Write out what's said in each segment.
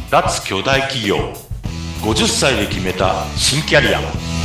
脱巨大企業50歳で決めた新キャリア。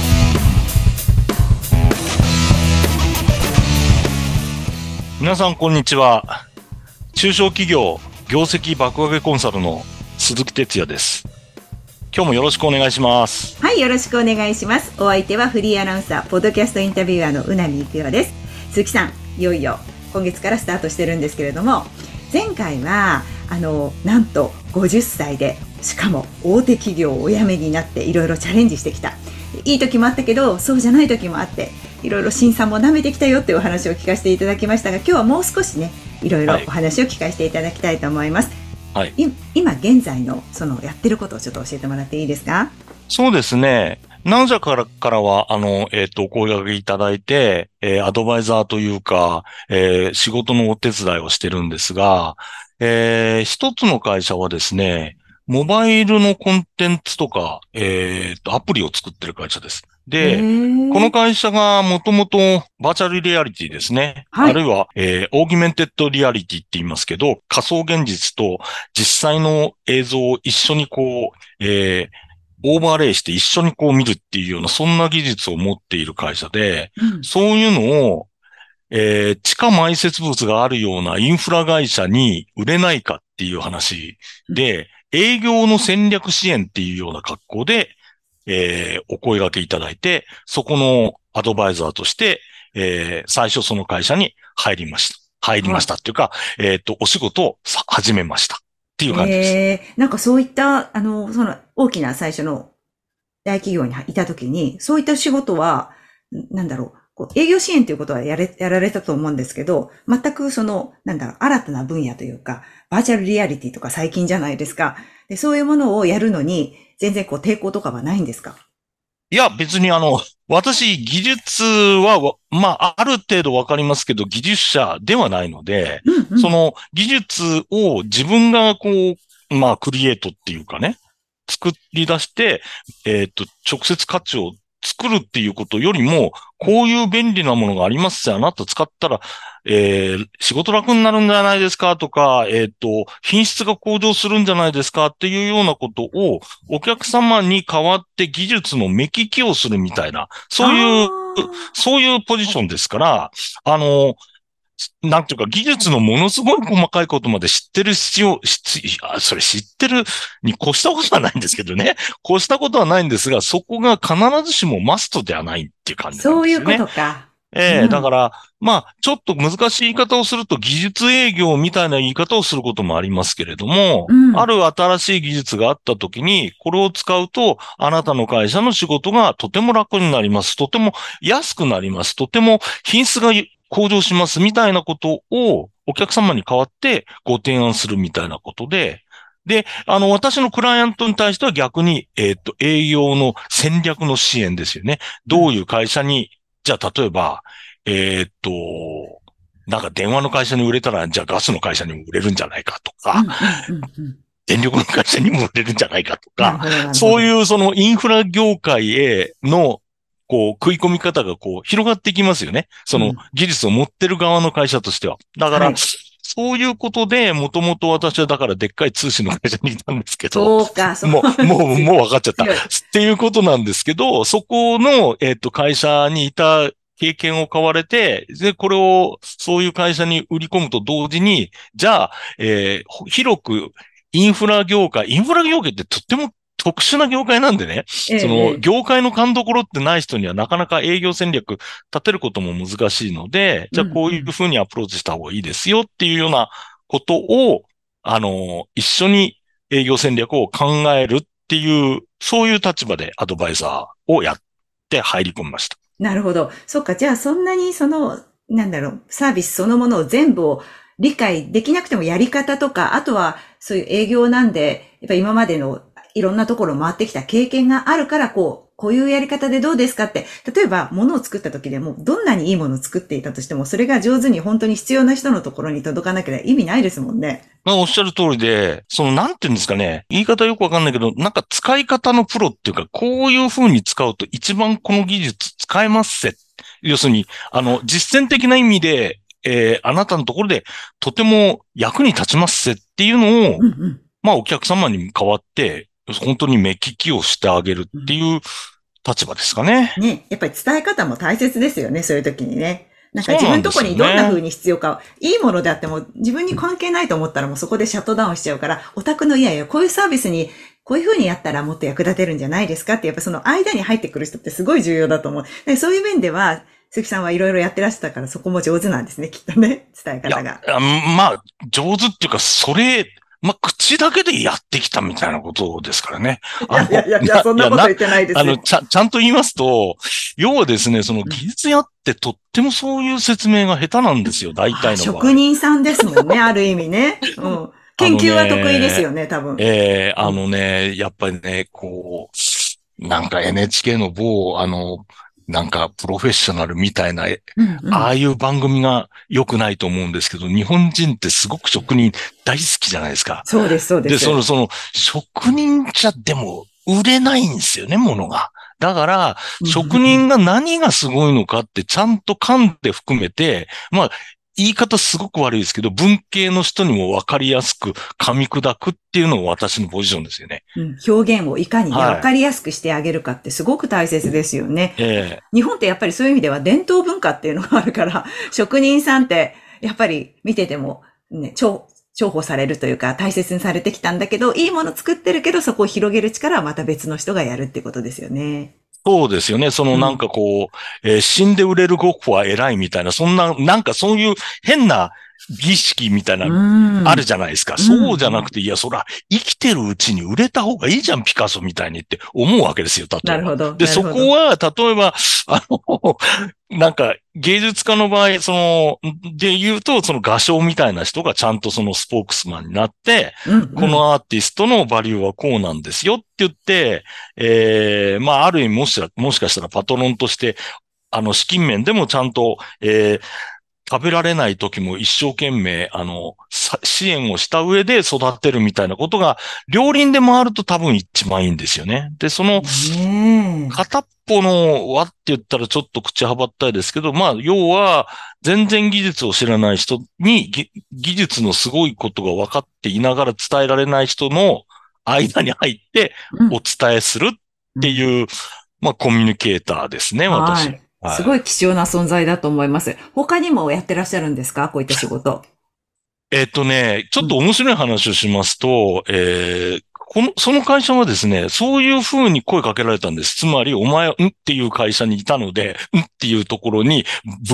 皆さんこんにちは。中小企業業績爆上げコンサルの鈴木哲也です。今日もよろしくお願いします。 はい、よろしくお願いします。お相手はフリーアナウンサーポッドキャストインタビュアーの宇波育代です。鈴木さん、いよいよ今月からスタートしてるんですけれども、前回はなんと50歳でしかも大手企業をお辞めになっていろいろチャレンジしてきた。いい時もあったけどそうじゃない時もあっていろいろ辛酸も舐めてきたよっていうお話を聞かせていただきましたが、今日はもう少しねいろいろお話を聞かせていただきたいと思います。はい、今現在のそのやってることをちょっと教えてもらっていいですか？ そうですね。何社からは、お声掛けいただいて、アドバイザーというか、仕事のお手伝いをしてるんですが、一つの会社はですね、モバイルのコンテンツとか、アプリを作ってる会社です。で、この会社がもともとバーチャルリアリティですね。はい、あるいは、オーギュメンテッドリアリティって言いますけど、仮想現実と実際の映像を一緒にオーバーレイして一緒に見るっていうような、そんな技術を持っている会社で、そういうのを、地下埋設物があるようなインフラ会社に売れないかっていう話で、営業の戦略支援っていうような格好で、お声掛けいただいて、そこのアドバイザーとして、最初その会社に入りましたっていうか、お仕事を始めました。っていう感じです。 なんかそういった、その大きな最初の大企業にいたときに、そういった仕事は、営業支援ということはやられたと思うんですけど、全く新たな分野というか、バーチャルリアリティとか最近じゃないですか。で、そういうものをやるのに、全然抵抗とかはないんですか？ いや、別に私、技術は、ある程度わかりますけど、技術者ではないので、その技術を自分がクリエイトっていうかね、作り出して、直接価値を作るっていうことよりも、こういう便利なものがありますよ。あなた使ったら、仕事楽になるんじゃないですかとか、品質が向上するんじゃないですかっていうようなことを、お客様に代わって技術の目利きをするみたいな、そういうポジションですから、なんていうか、技術のものすごい細かいことまで知ってるそれ知ってるに越したことはないんですけどね。越したことはないんですが、そこが必ずしもマストではないっていう感じなんですよね。 そういうことか。 だから、ちょっと難しい言い方をすると技術営業みたいな言い方をすることもありますけれども、ある新しい技術があったときに、これを使うと、あなたの会社の仕事がとても楽になります。とても安くなります。とても品質が向上しますみたいなことをお客様に代わってご提案するみたいなことで、私のクライアントに対しては逆に、営業の戦略の支援ですよね。どういう会社に、じゃあ例えば、電話の会社に売れたら、じゃあガスの会社にも売れるんじゃないかとか、電力の会社にも売れるんじゃないかとか、そういうそのインフラ業界への食い込み方が広がっていきますよね。その技術を持ってる側の会社としては。だから、そういうことで、もともと私はだからでっかい通信の会社にいたんですけど、もう分かっちゃった。っていうことなんですけど、そこの、会社にいた経験を買われて、で、これをそういう会社に売り込むと同時に、じゃあ、広くインフラ業界ってとっても特殊な業界なんでね、その業界の勘どころってない人にはなかなか営業戦略立てることも難しいので、じゃあこういうふうにアプローチした方がいいですよっていうようなことを、一緒に営業戦略を考えるっていう、そういう立場でアドバイザーをやって入り込みました。 なるほど。そっか。じゃあそんなにサービスそのものを全部を理解できなくてもやり方とか、あとはそういう営業なんで、やっぱ今までのいろんなところを回ってきた経験があるから、こういうやり方でどうですかって、例えば物を作った時でも、どんなにいいものを作っていたとしても、それが上手に本当に必要な人のところに届かなければ意味ないですもんね。 おっしゃる通りで、なんて言うんですかね、言い方よくわかんないけど、なんか使い方のプロっていうか、こういう風に使うと一番この技術使えますせ。要するに、実践的な意味で、あなたのところでとても役に立ちますせっていうのを、 まあお客様に代わって、本当に目利きをしてあげるっていう立場ですかね。 ね、やっぱり伝え方も大切ですよね、そういう時にね。なんかそう自分のとこなんですよにどんな風ね。 に必要か、いいものであっても自分に関係ないと思ったらもうそこでシャットダウンしちゃうから、お宅のいやいや、こういうサービスに、こういう風にやったらもっと役立てるんじゃないですかって、やっぱその間に入ってくる人ってすごい重要だと思う。でそういう面では、鈴木さんはいろいろやってらしたからそこも上手なんですね、きっとね、伝えいや、 方が。 まあ、上手っていうか、まあ、口だけでやってきたみたいなことですからね。 いやいやいやいや、そんなこと言ってないですよ。 ちゃんと言いますと、要はですね、そのうん、 技術屋ってとってもそういう説明が下手なんですよ、大ああ、 体の場合。 職人さんですもんね、ある意味ね。うん。 あの研究は得意ですよね、 ね、多分。うん。 やっぱりね、なんか NHK の某、なんかプロフェッショナルみたいな、 うんうん。 ああいう番組が良くないと思うんですけど、日本人ってすごく職人大好きじゃないですか。 そうです、そうでで、 す。 職人じゃでも売れないんですよね、ものが。だから、 うんうんうん。 職人が何がすごいのかってちゃんと噛んで含めて、まあ、言い方すごく悪いですけど、文系の人にも分かりやすく噛み砕くっていうのが私のポジションですよね。 うん、表現をいかにね、わはかりやすくしてあげるかってすごく大切ですよね。 い。 日本ってやっぱりそういう意味では伝統文化っていうのがあるから、職人さんってやっぱり見ててもね、重宝されるというか大切にされてきたんだけど、いいもの作ってるけどそこを広げる力はまた別の人がやるってことですよね。 そうですよね。 うん。 死んで売れるゴッホは偉いみたいな、なんかそういう変な儀式みたいな、 うーん。 あるじゃないですか。 うん。 そうじゃなくて、いや、そら、生きてるうちに売れた方がいいじゃん、ピカソみたいにって思うわけですよ、例えば。 なるほど、 で、 なるほど。 そこは、例えば、あの、なんか、芸術家の場合、で言うと、その画商みたいな人がちゃんとそのスポークスマンになって、 うんうん。 このアーティストのバリューはこうなんですよって言って、まあ、ある意味もしかしたらパトロンとして、資金面でもちゃんと、食べられない時も一生懸命、支援をした上で育てるみたいなことが、両輪で回ると多分一番いいんですよね。で、その、 ね片っぽのはって言ったらちょっと口はばったいですけど、まあ、要は、全然技術を知らない人に、技術のすごいことが分かっていながら伝えられない人の間に入ってえ。うん。 お伝えするっうん。 ていう、まあ、コミュニケーターですね、私。 はい。すはい。 ごい貴重な存在だと思います。他にもやってらっしゃるんですかこういった仕事。 ちょっとうん。 面白い話をしますと、その会社はですね、そういう風に声かけられたんです。つまり、お前、っていう会社にいたので、っていうところに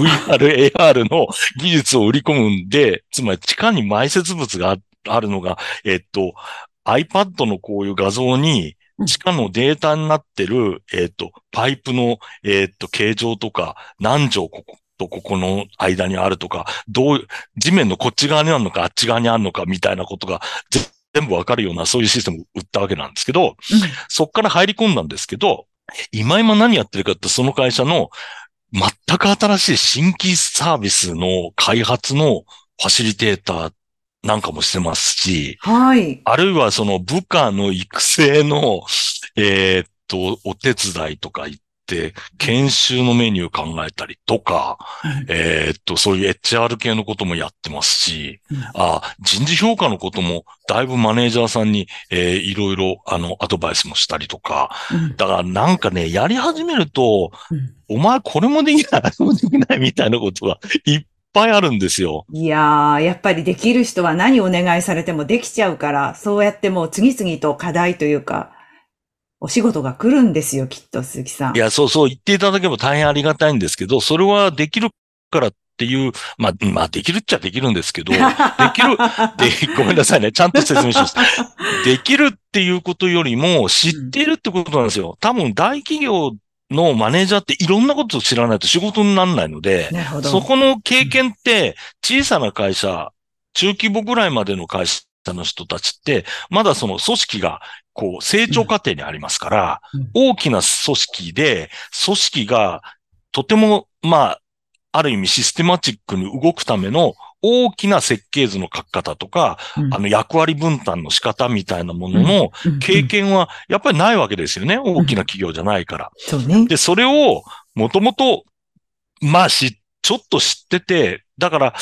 VR、AR の技術を売り込むんで、つまり地下に埋設物があるのが、iPad のこういう画像に、 うん。 地下のデータになってる、パイプの、形状とか、何畳こことここの間にあるとか、地面のこっち側にあるのか、あっち側にあるのか、みたいなことが全部わかるような、そういうシステムを売ったわけなんですけど、 うん。 そこから入り込んだんですけど、今何やってるかって、その会社の全く新しい新規サービスの開発のファシリテーターなんかもしてますし、 はい。 あるいはその部下の育成の、お手伝いとか行って、 うん。 研修のメニュー考えたりとか、 うん。 そういう HR 系のこともやってますし、 うん。 人事評価のことも、だいぶマネージャーさんに、いろいろ、アドバイスもしたりとか、 うん。 だからなんかね、やり始めると、 うん。 お前これもできない、あれもできないみたいなことがいっぱいあるんですよ。 いやー、やっぱりできる人は何をお願いされてもできちゃうから、そうやってもう次々と課題というか、お仕事が来るんですよ、きっと、鈴木さん。 いや、そう言っていただければ大変ありがたいんですけど、それはできるからっていう、まあ、できるっちゃできるんですけど、ごめんなさいね。ちゃんと説明します。できるっていうことよりも、知っうん。 ているってことなんですよ。多分、大企業のマネージャーっていろんなことを知らないと仕事にならないので、 なるほど。 そこの経うん。 験って小さな会社、中規模ぐらいまでの会社の人たちって、まだその組織が成長過程にありますから、 うん。 大きな組織で、組織がとても、まあ、ある意味システマチックに動くための大きな設計図の書き方とか、 うん。 役割分担の仕方みたいなもうん。 ののうん。うん。 経験はやっぱりないわけですよね。大きなうん。 企業じゃないから。 そうね。 で、それをもともと、まあちょっと知ってて、だから、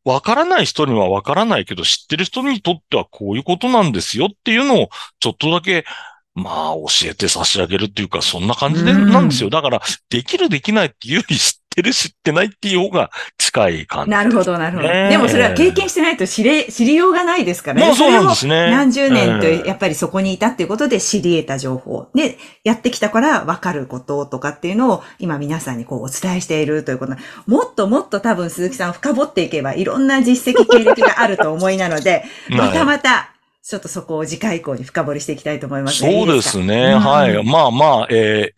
わからない人にはわからないけど、知ってる人にとってはこういうことなんですよっていうのを、ちょっとだけ、まあ、教えて差し上げるっていうか、そんな感じで、なんですよ。だから、できるできないっていうより知ってる知ってないっていう方が近い感じですね。 なるほど、なるほど。でもそれは経験してないと知りようがないですからね。 まあそうなんですね。 何十年とやっぱりそこにいたっていうことで知り得た情報。で、やってきたから分かることとかっていうのを今皆さんにこうお伝えしているということ。もっともっと多分鈴木さん深掘っていけばいろんな実績経歴があると思いなので、またまた、ちょっとそこを次回以降に深掘りしていきたいと思いますね。 そうですね。はい。まあまあ、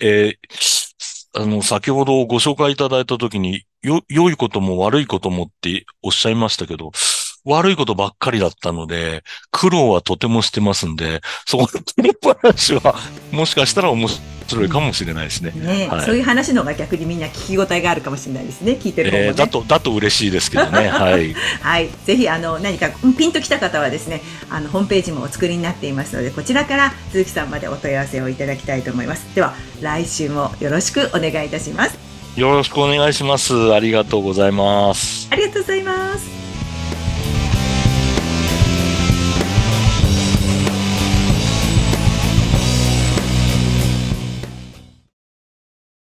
先ほどご紹介いただいたときに、良いことも悪いこともっておっしゃいましたけど、悪いことばっかりだったので、苦労はとてもしてますんで、そこの苦労話は、もしかしたら面白いかもしれないですね。 ね、 はい、 そういう話の方が逆にみんな聞き応えがあるかもしれないですね。聞いてる方もね。 だと嬉しいですけどね。はい。 はい。ぜひ、何かピンときた方はですね、ホームページもお作りになっていますので、こちらから鈴木さんまでお問い合わせをいただきたいと思います。では、来週もよろしくお願いいたします。 よろしくお願いします。ありがとうございます。 ありがとうございます。